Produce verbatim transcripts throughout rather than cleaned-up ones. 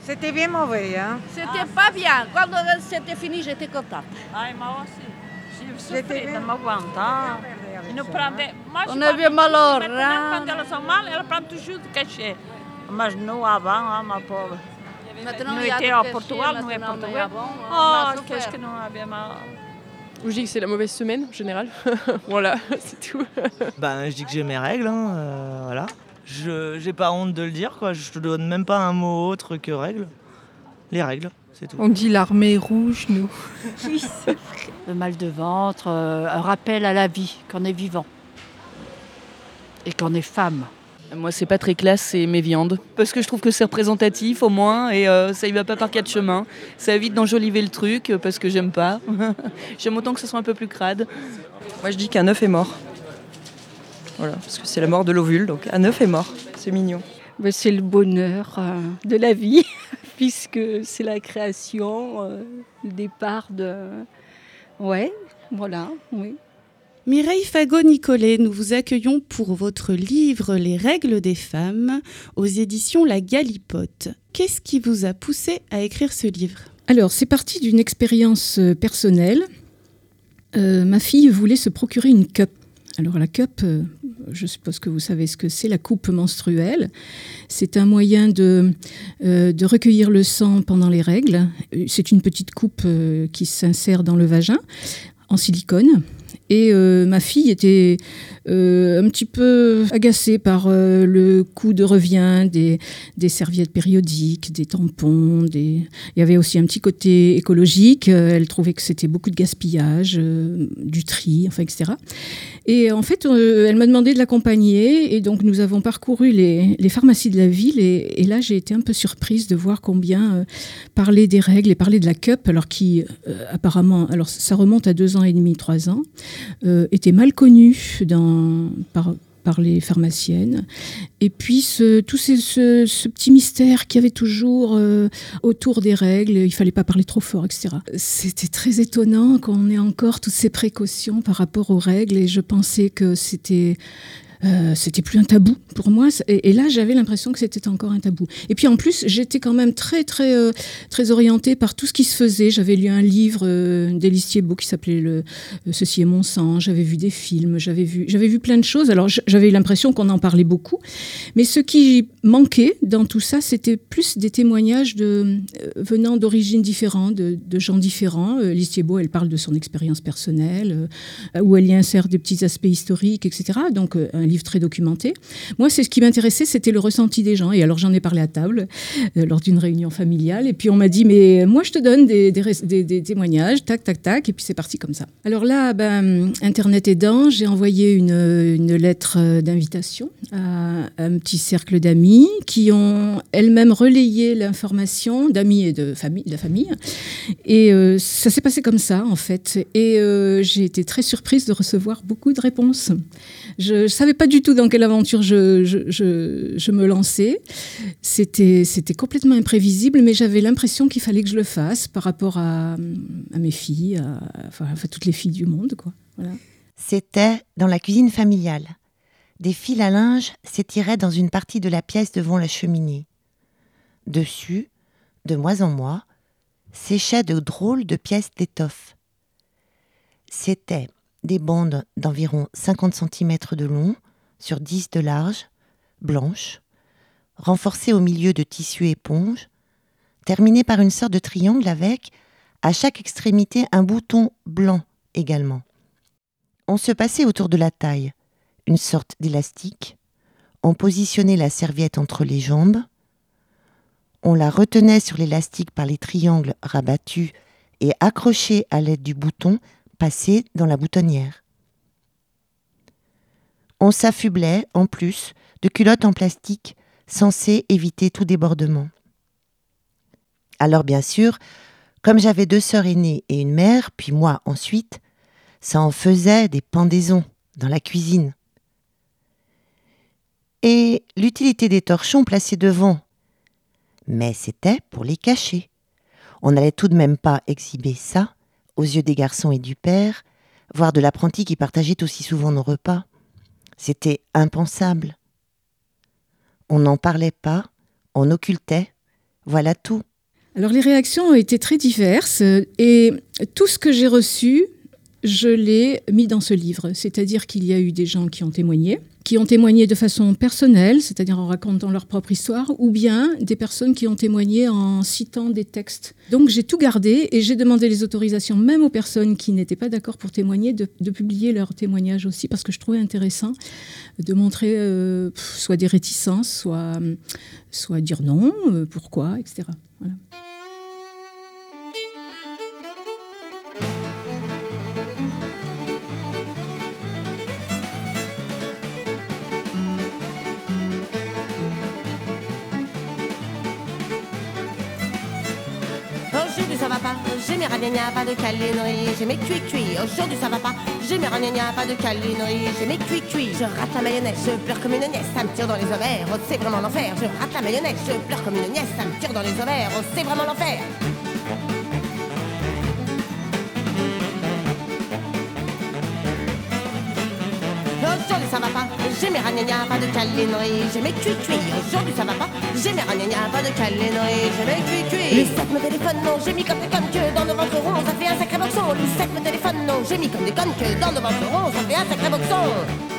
C'était bien mauvais, hein? C'était pas bien. Quand c'était fini, j'étais contente. Ah, moi aussi. J'ai C'était souffert bien. de ma ventre. Hein. Ils nous prenaient- Moi, je On suis avait pas mal habituée, au mais maintenant, rein. quand elles sont mal, elles prennent toujours du cachet. Moi, nous, avant, hein, ma pauvre. Maintenant, Nous il y a étions des au cachets, Portugal, nous, au maintenant, mais Portugal. avant, on Oh, a qu'est-ce souffert. que nous avions mal. Je dis que c'est la mauvaise semaine en général. Voilà, c'est tout. Ben, je dis que j'ai mes règles, hein, euh, voilà. Je j'ai pas honte de le dire, quoi. Je te donne même pas un mot autre que règles. Les règles, c'est tout. On dit l'armée rouge, nous. Oui, c'est vrai. Le mal de ventre, euh, un rappel à la vie, qu'on est vivant. Et qu'on est femme. Moi, c'est pas très classe, c'est mes viandes. Parce que je trouve que c'est représentatif au moins et euh, ça y va pas par quatre chemins. Ça évite d'enjoliver le truc euh, parce que j'aime pas. J'aime autant que ce soit un peu plus crade. Moi, je dis qu'un œuf est mort. Voilà, parce que c'est la mort de l'ovule, donc un œuf est mort. C'est mignon. Ben, c'est le bonheur euh, de la vie, puisque c'est la création, euh, le départ de... Ouais, voilà, oui. Mireille Fagot-Nicolet, nous vous accueillons pour votre livre Les règles des femmes aux éditions La Galipote. Qu'est-ce qui vous a poussé à écrire ce livre ? Alors, c'est parti d'une expérience euh, personnelle. Euh, ma fille voulait se procurer une cup. Alors la cup, euh, je suppose que vous savez ce que c'est, la coupe menstruelle. C'est un moyen de, euh, de recueillir le sang pendant les règles. C'est une petite coupe euh, qui s'insère dans le vagin en silicone. Et euh, ma fille était euh, un petit peu agacée par euh, le coût de revient des, des serviettes périodiques, des tampons. Des... Il y avait aussi un petit côté écologique. Elle trouvait que c'était beaucoup de gaspillage, euh, du tri, enfin, et cetera. Et en fait, euh, elle m'a demandé de l'accompagner. Et donc, nous avons parcouru les, les pharmacies de la ville. Et, et là, j'ai été un peu surprise de voir combien euh, parler des règles et parler de la cup, alors qui, euh, apparemment, alors ça remonte à deux ans et demi, trois ans, Euh, était mal connu dans, par, par les pharmaciennes. Et puis, ce, tout ces, ce, ce petit mystère qu'il y avait toujours euh, autour des règles, il ne fallait pas parler trop fort, et cetera. C'était très étonnant qu'on ait encore toutes ces précautions par rapport aux règles, et je pensais que c'était... Euh, c'était plus un tabou pour moi, et, et là j'avais l'impression que c'était encore un tabou. Et puis en plus j'étais quand même très très euh, très orientée par tout ce qui se faisait. J'avais lu un livre euh, d'Élise Thiebaud qui s'appelait le euh, Ceci est mon sang. J'avais vu des films, j'avais vu j'avais vu plein de choses. Alors j'avais l'impression qu'on en parlait beaucoup, mais ce qui manquait dans tout ça, c'était plus des témoignages de euh, venant d'origines différentes, de, de gens différents. Euh, Élise Thiebaud, elle parle de son expérience personnelle, euh, où elle y insère des petits aspects historiques, et cetera. Donc euh, un livre très documenté. Moi, c'est ce qui m'intéressait, c'était le ressenti des gens. Et alors, j'en ai parlé à table euh, lors d'une réunion familiale. Et puis, on m'a dit, mais moi, je te donne des, des, des, des témoignages, tac, tac, tac. Et puis, c'est parti comme ça. Alors là, ben, Internet aidant, j'ai envoyé une, une lettre d'invitation à un petit cercle d'amis qui ont elles-mêmes relayé l'information, d'amis et de, famille, de la famille. Et euh, ça s'est passé comme ça, en fait. Et euh, j'ai été très surprise de recevoir beaucoup de réponses. Je ne savais pas du tout dans quelle aventure je, je, je, je me lançais. C'était, c'était complètement imprévisible, mais j'avais l'impression qu'il fallait que je le fasse par rapport à, à mes filles, à, enfin, à toutes les filles du monde, quoi. Voilà. C'était dans la cuisine familiale. Des fils à linge s'étiraient dans une partie de la pièce devant la cheminée. Dessus, de mois en mois, séchaient de drôles de pièces d'étoffe. C'était des bandes d'environ cinquante centimètres de long, sur dix de large, blanches, renforcées au milieu de tissu éponge, terminées par une sorte de triangle avec, à chaque extrémité, un bouton blanc également. On se passait autour de la taille, une sorte d'élastique, on positionnait la serviette entre les jambes, on la retenait sur l'élastique par les triangles rabattus et accrochés à l'aide du bouton passé dans la boutonnière. On s'affublait, en plus, de culottes en plastique censées éviter tout débordement. Alors bien sûr, comme j'avais deux sœurs aînées et une mère, puis moi ensuite, ça en faisait des pendaisons dans la cuisine. Et l'utilité des torchons placés devant. Mais c'était pour les cacher. On n'allait tout de même pas exhiber ça aux yeux des garçons et du père, voire de l'apprenti qui partageait aussi souvent nos repas. C'était impensable. On n'en parlait pas, on occultait, Voilà tout. Alors les réactions ont été très diverses et tout ce que j'ai reçu, je l'ai mis dans ce livre. C'est-à-dire qu'il y a eu des gens qui ont témoigné, qui ont témoigné de façon personnelle, c'est-à-dire en racontant leur propre histoire, ou bien des personnes qui ont témoigné en citant des textes. Donc j'ai tout gardé et j'ai demandé les autorisations, même aux personnes qui n'étaient pas d'accord pour témoigner, de, de publier leurs témoignages aussi, parce que je trouvais intéressant de montrer euh, soit des réticences, soit, soit dire non, euh, pourquoi, et cetera. Voilà. Aujourd'hui ça va pas, j'ai mes ragnagnas, pas de câlinerie, j'ai mes cuits-cuits. Aujourd'hui ça va pas, j'ai mes ragnagnas, pas de câlinerie, j'ai mes cuits-cuits. Je rate la mayonnaise, je pleure comme une nièce, ça me tire dans les ovaires, oh, c'est vraiment l'enfer. Je rate la mayonnaise, je pleure comme une nièce, ça me tire dans les ovaires, oh, c'est vraiment l'enfer. Aujourd'hui ça va pas, j'ai mes ragnagnas, pas de câlinerie, j'ai mes cuits-cuits. Aujourd'hui ça va pas, j'ai mes ragnagnas, pas de câlinerie, j'ai mes cuits-cuits. Lucette me téléphone, non, j'ai mis comme des connes que dans nos ventres ronds, ça fait un sacré boxon. Lucette me téléphone, non, j'ai mis comme des connes que dans nos ventres ronds, ça fait un sacré boxon.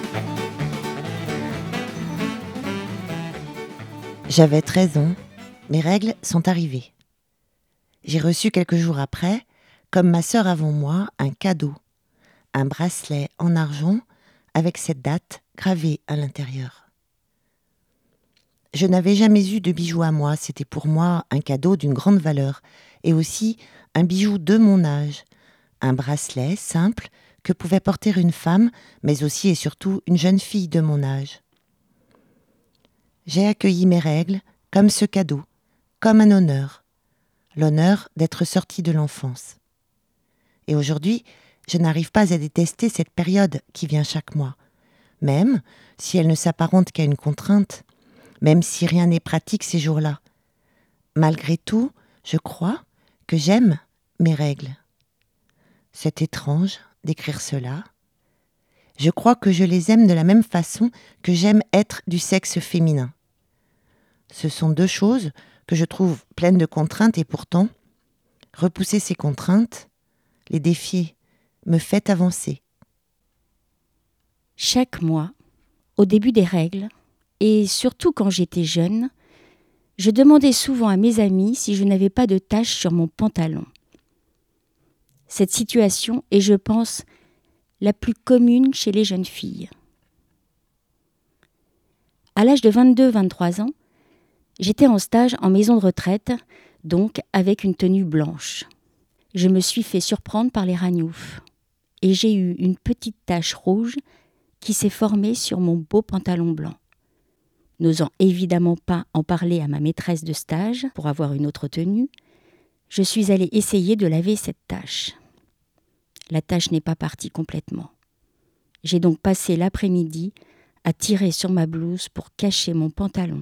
J'avais treize ans, mes règles sont arrivées. J'ai reçu quelques jours après, comme ma sœur avant moi, un cadeau, un bracelet en argent avec cette date gravée à l'intérieur. Je n'avais jamais eu de bijoux à moi, c'était pour moi un cadeau d'une grande valeur, et aussi un bijou de mon âge, un bracelet simple que pouvait porter une femme, mais aussi et surtout une jeune fille de mon âge. J'ai accueilli mes règles comme ce cadeau, comme un honneur, l'honneur d'être sortie de l'enfance. Et aujourd'hui, je n'arrive pas à détester cette période qui vient chaque mois, même si elle ne s'apparente qu'à une contrainte, même si rien n'est pratique ces jours-là. Malgré tout, je crois que j'aime mes règles. C'est étrange d'écrire cela. Je crois que je les aime de la même façon que j'aime être du sexe féminin. Ce sont deux choses que je trouve pleines de contraintes et pourtant, repousser ces contraintes, les défier, me fait avancer. Chaque mois, au début des règles, et surtout quand j'étais jeune, je demandais souvent à mes amis si je n'avais pas de taches sur mon pantalon. Cette situation est, je pense, la plus commune chez les jeunes filles. À l'âge de vingt-deux vingt-trois ans, j'étais en stage en maison de retraite, donc avec une tenue blanche. Je me suis fait surprendre par les ragnoufs et j'ai eu une petite tache rouge qui s'est formée sur mon beau pantalon blanc. N'osant évidemment pas en parler à ma maîtresse de stage pour avoir une autre tenue, je suis allée essayer de laver cette tache. La tache n'est pas partie complètement. J'ai donc passé l'après-midi à tirer sur ma blouse pour cacher mon pantalon.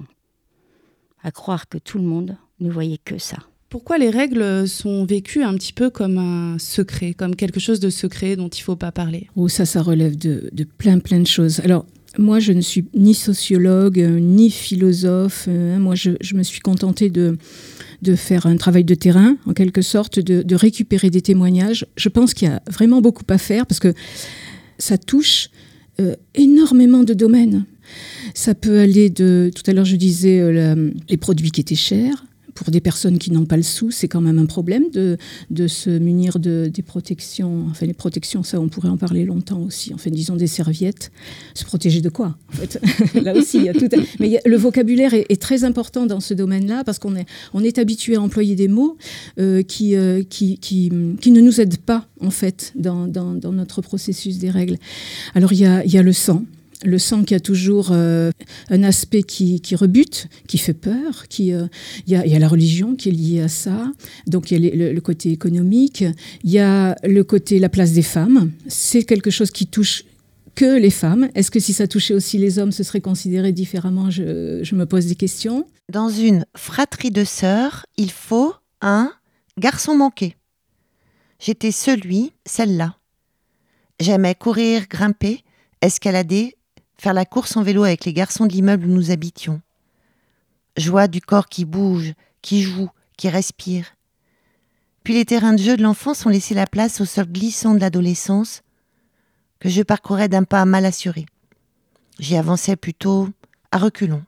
À croire que tout le monde ne voyait que ça. Pourquoi les règles sont vécues un petit peu comme un secret, comme quelque chose de secret dont il ne faut pas parler? Oh, ça, ça relève de, de plein, plein de choses. Alors, moi, je ne suis ni sociologue, ni philosophe. Moi, je, je me suis contentée de, de faire un travail de terrain, en quelque sorte, de, de récupérer des témoignages. Je pense qu'il y a vraiment beaucoup à faire parce que ça touche euh, énormément de domaines. Ça peut aller de... Tout à l'heure, je disais euh, la, les produits qui étaient chers. Pour des personnes qui n'ont pas le sou, c'est quand même un problème de, de se munir de, des protections. Enfin, les protections, ça, on pourrait en parler longtemps aussi. Enfin, disons des serviettes. Se protéger de quoi, en fait? Là aussi, il y a tout... Un... Mais il y a... le vocabulaire est, est très important dans ce domaine-là parce qu'on est, on est habitué à employer des mots euh, qui, euh, qui, qui, qui ne nous aident pas, en fait, dans, dans, dans notre processus des règles. Alors, il y a, il y a le sang. Le sang qui a toujours euh, un aspect qui, qui rebute, qui fait peur. Qui, euh, y a, y a la religion qui est liée à ça. Donc, il y a le, le côté économique. Il y a le côté, la place des femmes. C'est quelque chose qui touche que les femmes. Est-ce que si ça touchait aussi les hommes, ce serait considéré différemment? je, je me pose des questions. Dans une fratrie de sœurs, il faut un garçon manqué. J'étais celui, celle-là. J'aimais courir, grimper, escalader, faire la course en vélo avec les garçons de l'immeuble où nous habitions. Joie du corps qui bouge, qui joue, qui respire. Puis les terrains de jeu de l'enfance ont laissé la place au sol glissant de l'adolescence que je parcourais d'un pas mal assuré. J'y avançais plutôt à reculons.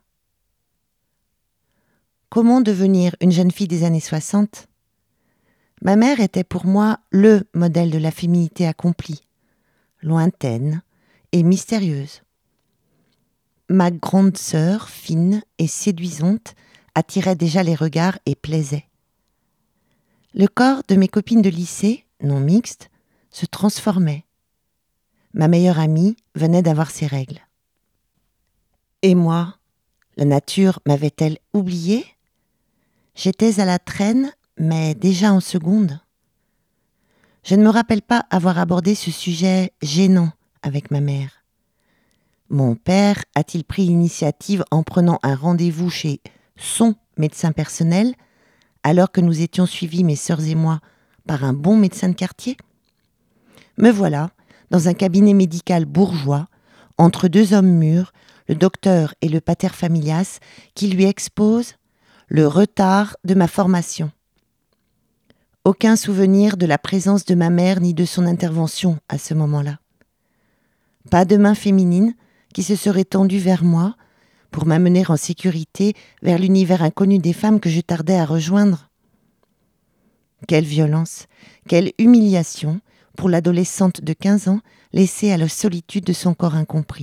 Comment devenir une jeune fille des années soixante ? Ma mère était pour moi le modèle de la féminité accomplie, lointaine et mystérieuse. Ma grande sœur, fine et séduisante, attirait déjà les regards et plaisait. Le corps de mes copines de lycée, non mixtes, se transformait. Ma meilleure amie venait d'avoir ses règles. Et moi, la nature m'avait-elle oubliée ? J'étais à la traîne, mais déjà en seconde. Je ne me rappelle pas avoir abordé ce sujet gênant avec ma mère. Mon père a-t-il pris l'initiative en prenant un rendez-vous chez son médecin personnel, alors que nous étions suivis, mes sœurs et moi, par un bon médecin de quartier ? Me voilà, dans un cabinet médical bourgeois, entre deux hommes mûrs, le docteur et le pater familias, qui lui exposent le retard de ma formation. Aucun souvenir de la présence de ma mère ni de son intervention à ce moment-là. Pas de main féminine qui se serait tendue vers moi pour m'amener en sécurité vers l'univers inconnu des femmes que je tardais à rejoindre. Quelle violence, quelle humiliation pour l'adolescente de quinze ans laissée à la solitude de son corps incompris.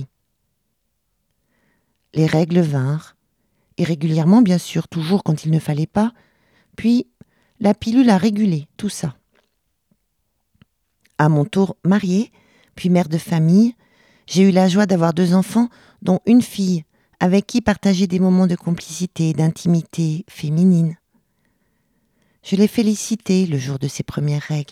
Les règles vinrent, irrégulièrement bien sûr, toujours quand il ne fallait pas, puis la pilule a régulé tout ça. À mon tour mariée, puis mère de famille, j'ai eu la joie d'avoir deux enfants, dont une fille, avec qui partager des moments de complicité, d'intimité féminine. Je l'ai félicitée le jour de ses premières règles.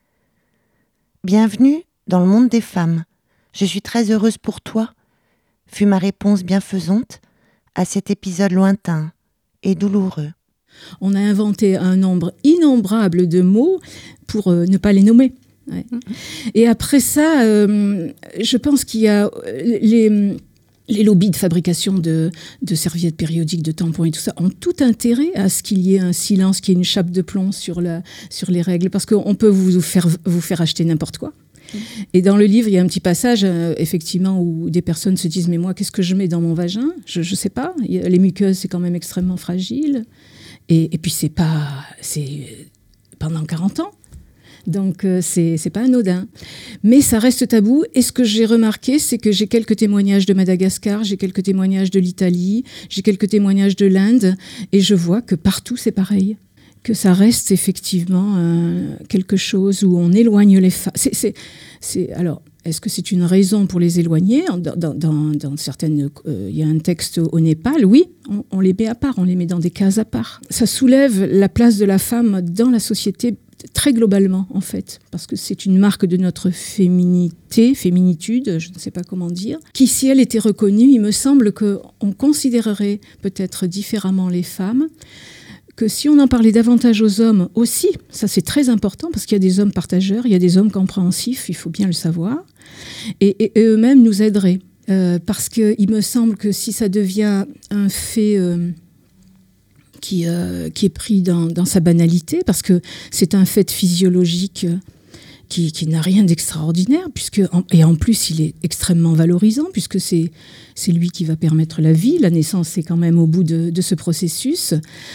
Bienvenue dans le monde des femmes. Je suis très heureuse pour toi, fut ma réponse bienfaisante à cet épisode lointain et douloureux. On a inventé un nombre innombrable de mots pour euh, ne pas les nommer. Ouais. Mmh. Et après ça, euh, je pense qu'il y a les, les lobbies de fabrication de, de serviettes périodiques, de tampons et tout ça, ont tout intérêt à ce qu'il y ait un silence, qu'il y ait une chape de plomb sur, la, sur les règles, parce qu'on peut vous faire, vous faire acheter n'importe quoi. Mmh. Et dans le livre, il y a un petit passage, euh, effectivement, où des personnes se disent « Mais moi, qu'est-ce que je mets dans mon vagin ? Je ne sais pas. Les muqueuses, c'est quand même extrêmement fragile. » Et, et puis, c'est pas... C'est pendant quarante ans. Donc, euh, c'est, c'est pas anodin. Mais ça reste tabou. Et ce que j'ai remarqué, c'est que j'ai quelques témoignages de Madagascar, j'ai quelques témoignages de l'Italie, j'ai quelques témoignages de l'Inde. Et je vois que partout, c'est pareil. Que ça reste effectivement euh, quelque chose où on éloigne les femmes. C'est, c'est, c'est, alors, est-ce que c'est une raison pour les éloigner ? Dans, dans, dans, dans certaines... Il euh, y a un texte au Népal, oui, on, on les met à part, on les met dans des cases à part. Ça soulève la place de la femme dans la société très globalement, en fait, parce que c'est une marque de notre féminité, féminitude, je ne sais pas comment dire, qui, si elle était reconnue, il me semble qu'on considérerait peut-être différemment les femmes, que si on en parlait davantage aux hommes aussi, ça c'est très important, parce qu'il y a des hommes partageurs, il y a des hommes compréhensifs, il faut bien le savoir, et, et, et eux-mêmes nous aideraient. Euh, parce qu'il me semble que si ça devient un fait euh, qui, euh, qui est pris dans, dans sa banalité, parce que c'est un fait physiologique qui, qui n'a rien d'extraordinaire, puisque, en, et en plus il est extrêmement valorisant, puisque c'est, c'est lui qui va permettre la vie, la naissance c'est quand même au bout de, de ce processus.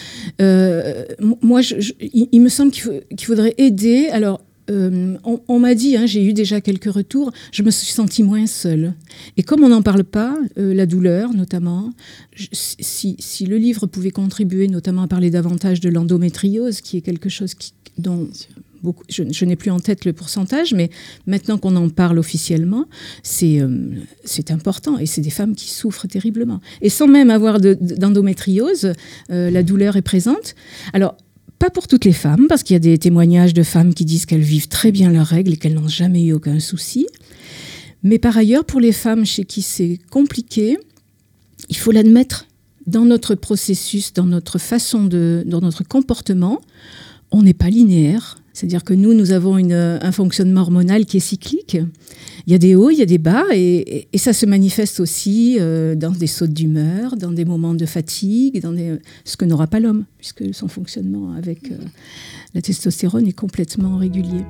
Euh, moi, je, je, il, il me semble qu'il, faut, qu'il faudrait aider... Alors, Euh, on, on m'a dit, hein, j'ai eu déjà quelques retours, je me suis sentie moins seule. Et comme on n'en parle pas, euh, la douleur notamment, je, si, si le livre pouvait contribuer notamment à parler davantage de l'endométriose, qui est quelque chose qui, dont beaucoup, je, je n'ai plus en tête le pourcentage, mais maintenant qu'on en parle officiellement, c'est, euh, c'est important. Et c'est des femmes qui souffrent terriblement. Et sans même avoir de, d'endométriose, euh, la douleur est présente. Alors, pas pour toutes les femmes, parce qu'il y a des témoignages de femmes qui disent qu'elles vivent très bien leurs règles et qu'elles n'ont jamais eu aucun souci. Mais par ailleurs, pour les femmes chez qui c'est compliqué, il faut l'admettre. Dans notre processus, dans notre façon de, dans notre comportement, on n'est pas linéaire. C'est-à-dire que nous, nous avons une, un fonctionnement hormonal qui est cyclique. Il y a des hauts, il y a des bas, et, et, et ça se manifeste aussi euh, dans des sautes d'humeur, dans des moments de fatigue, dans des, ce que n'aura pas l'homme, puisque son fonctionnement avec euh, la testostérone est complètement régulier.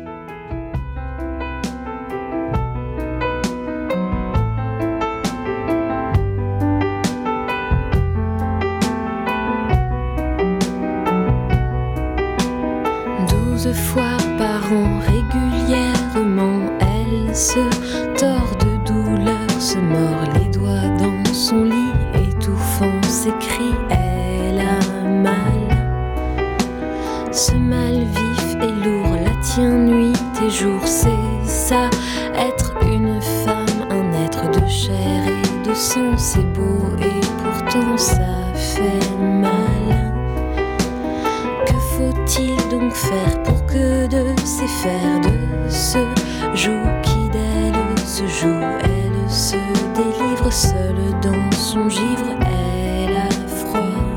Douze fois par an, régulièrement, elle se tord de douleur, se mord les doigts dans son lit, étouffant ses cris, elle a mal. Ce mal vif et lourd la tient nuit et jour, c'est ça, être une femme, un être de chair et de sang, c'est beau et pourtant ça fait mal. Que faut-il donc faire pour que de ces fers de ce joug qui d'elle se joue, elle se délivre seule dans son givre, elle a froid.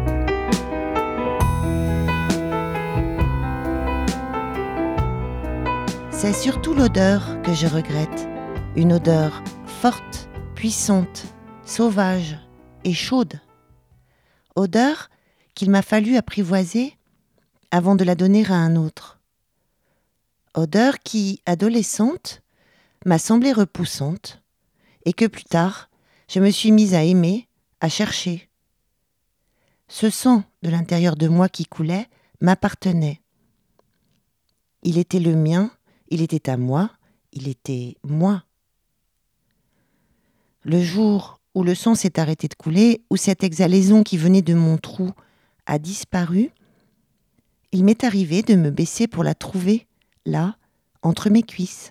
C'est surtout l'odeur que je regrette. Une odeur forte, puissante, sauvage et chaude. Odeur qu'il m'a fallu apprivoiser avant de la donner à un autre. Odeur qui, adolescente, m'a semblé repoussante et que plus tard, je me suis mise à aimer, à chercher. Ce sang de l'intérieur de moi qui coulait m'appartenait. Il était le mien, il était à moi, il était moi. Le jour où le sang s'est arrêté de couler, où cette exhalaison qui venait de mon trou a disparu, il m'est arrivé de me baisser pour la trouver, là, entre mes cuisses.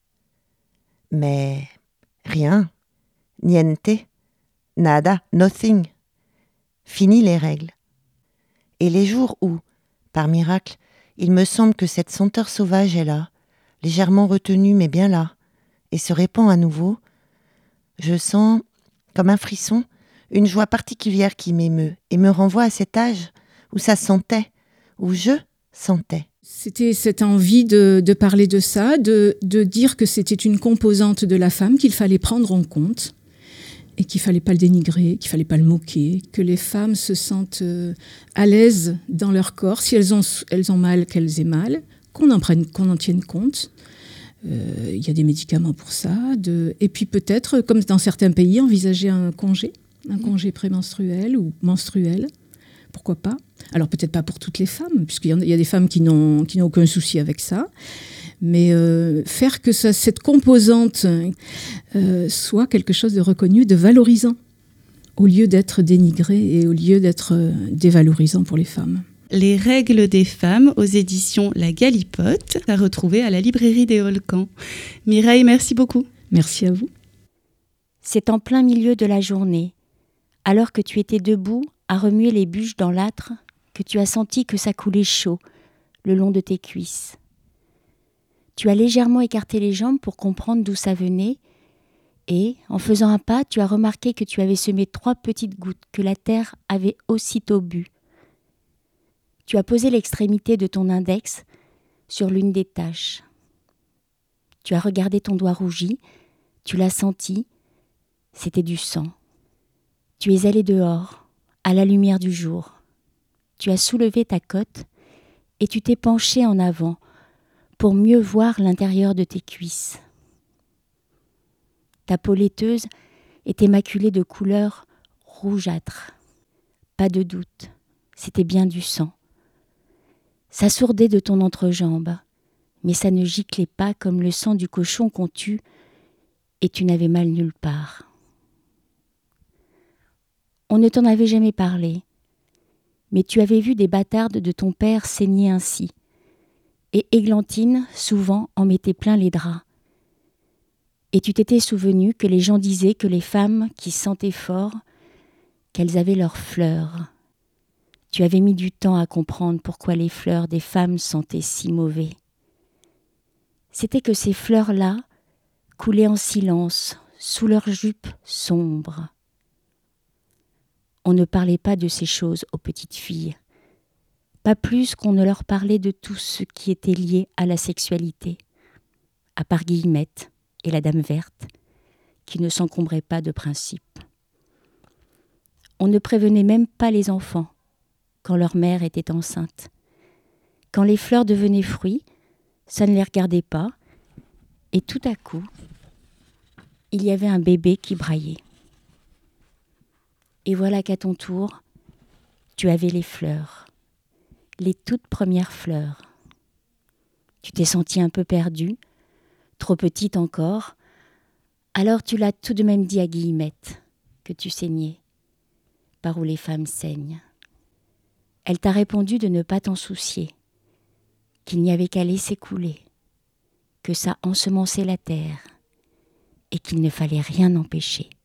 Mais rien, niente, nada, nothing. Fini les règles. Et les jours où, par miracle, il me semble que cette senteur sauvage est là, légèrement retenue mais bien là, et se répand à nouveau, je sens, comme un frisson, une joie particulière qui m'émeut et me renvoie à cet âge où ça sentait, où je sentais. C'était cette envie de, de parler de ça, de, de dire que c'était une composante de la femme qu'il fallait prendre en compte et qu'il ne fallait pas le dénigrer, qu'il ne fallait pas le moquer, que les femmes se sentent euh, à l'aise dans leur corps, si elles ont, elles ont mal, qu'elles aient mal, qu'on en prenne, qu'on en tienne compte. Il euh, y a des médicaments pour ça. De... Et puis peut-être, comme dans certains pays, envisager un congé, un congé prémenstruel ou menstruel. Pourquoi pas ? Alors peut-être pas pour toutes les femmes, puisqu'il y, en a, il y a des femmes qui n'ont, qui n'ont aucun souci avec ça, mais euh, faire que ça, cette composante euh, soit quelque chose de reconnu, de valorisant, au lieu d'être dénigré et au lieu d'être euh, dévalorisant pour les femmes. Les règles des femmes aux éditions La Galipote, à retrouver à la librairie des Volcans. Mireille, merci beaucoup. Merci à vous. C'est en plein milieu de la journée, alors que tu étais debout à remuer les bûches dans l'âtre, que tu as senti que ça coulait chaud le long de tes cuisses. Tu as légèrement écarté les jambes pour comprendre d'où ça venait et, en faisant un pas, tu as remarqué que tu avais semé trois petites gouttes que la terre avait aussitôt bu. Tu as posé l'extrémité de ton index sur l'une des taches. Tu as regardé ton doigt rougi, tu l'as senti, c'était du sang. Tu es allé dehors, à la lumière du jour. Tu as soulevé ta cotte et tu t'es penché en avant pour mieux voir l'intérieur de tes cuisses. Ta peau laiteuse était maculée de couleur rougeâtre. Pas de doute, c'était bien du sang. Ça sourdait de ton entrejambe, mais ça ne giclait pas comme le sang du cochon qu'on tue et tu n'avais mal nulle part. On ne t'en avait jamais parlé, mais tu avais vu des bâtardes de ton père saigner ainsi, et Églantine, souvent, en mettait plein les draps. Et tu t'étais souvenu que les gens disaient que les femmes qui sentaient fort, qu'elles avaient leurs fleurs. Tu avais mis du temps à comprendre pourquoi les fleurs des femmes sentaient si mauvais. C'était que ces fleurs-là coulaient en silence, sous leurs jupes sombres. On ne parlait pas de ces choses aux petites filles. pas plus qu'on ne leur parlait de tout ce qui était lié à la sexualité, à part Guillemette et la Dame Verte, qui ne s'encombraient pas de principes. On ne prévenait même pas les enfants quand leur mère était enceinte. Quand les fleurs devenaient fruits, ça ne les regardait pas, et tout à coup, il y avait un bébé qui braillait. Et voilà qu'à ton tour, tu avais les fleurs, les toutes premières fleurs. Tu t'es sentie un peu perdue, trop petite encore, alors tu l'as tout de même dit à Guillemette que tu saignais, par où les femmes saignent. Elle t'a répondu de ne pas t'en soucier, qu'il n'y avait qu'à laisser couler, que ça ensemençait la terre et qu'il ne fallait rien empêcher.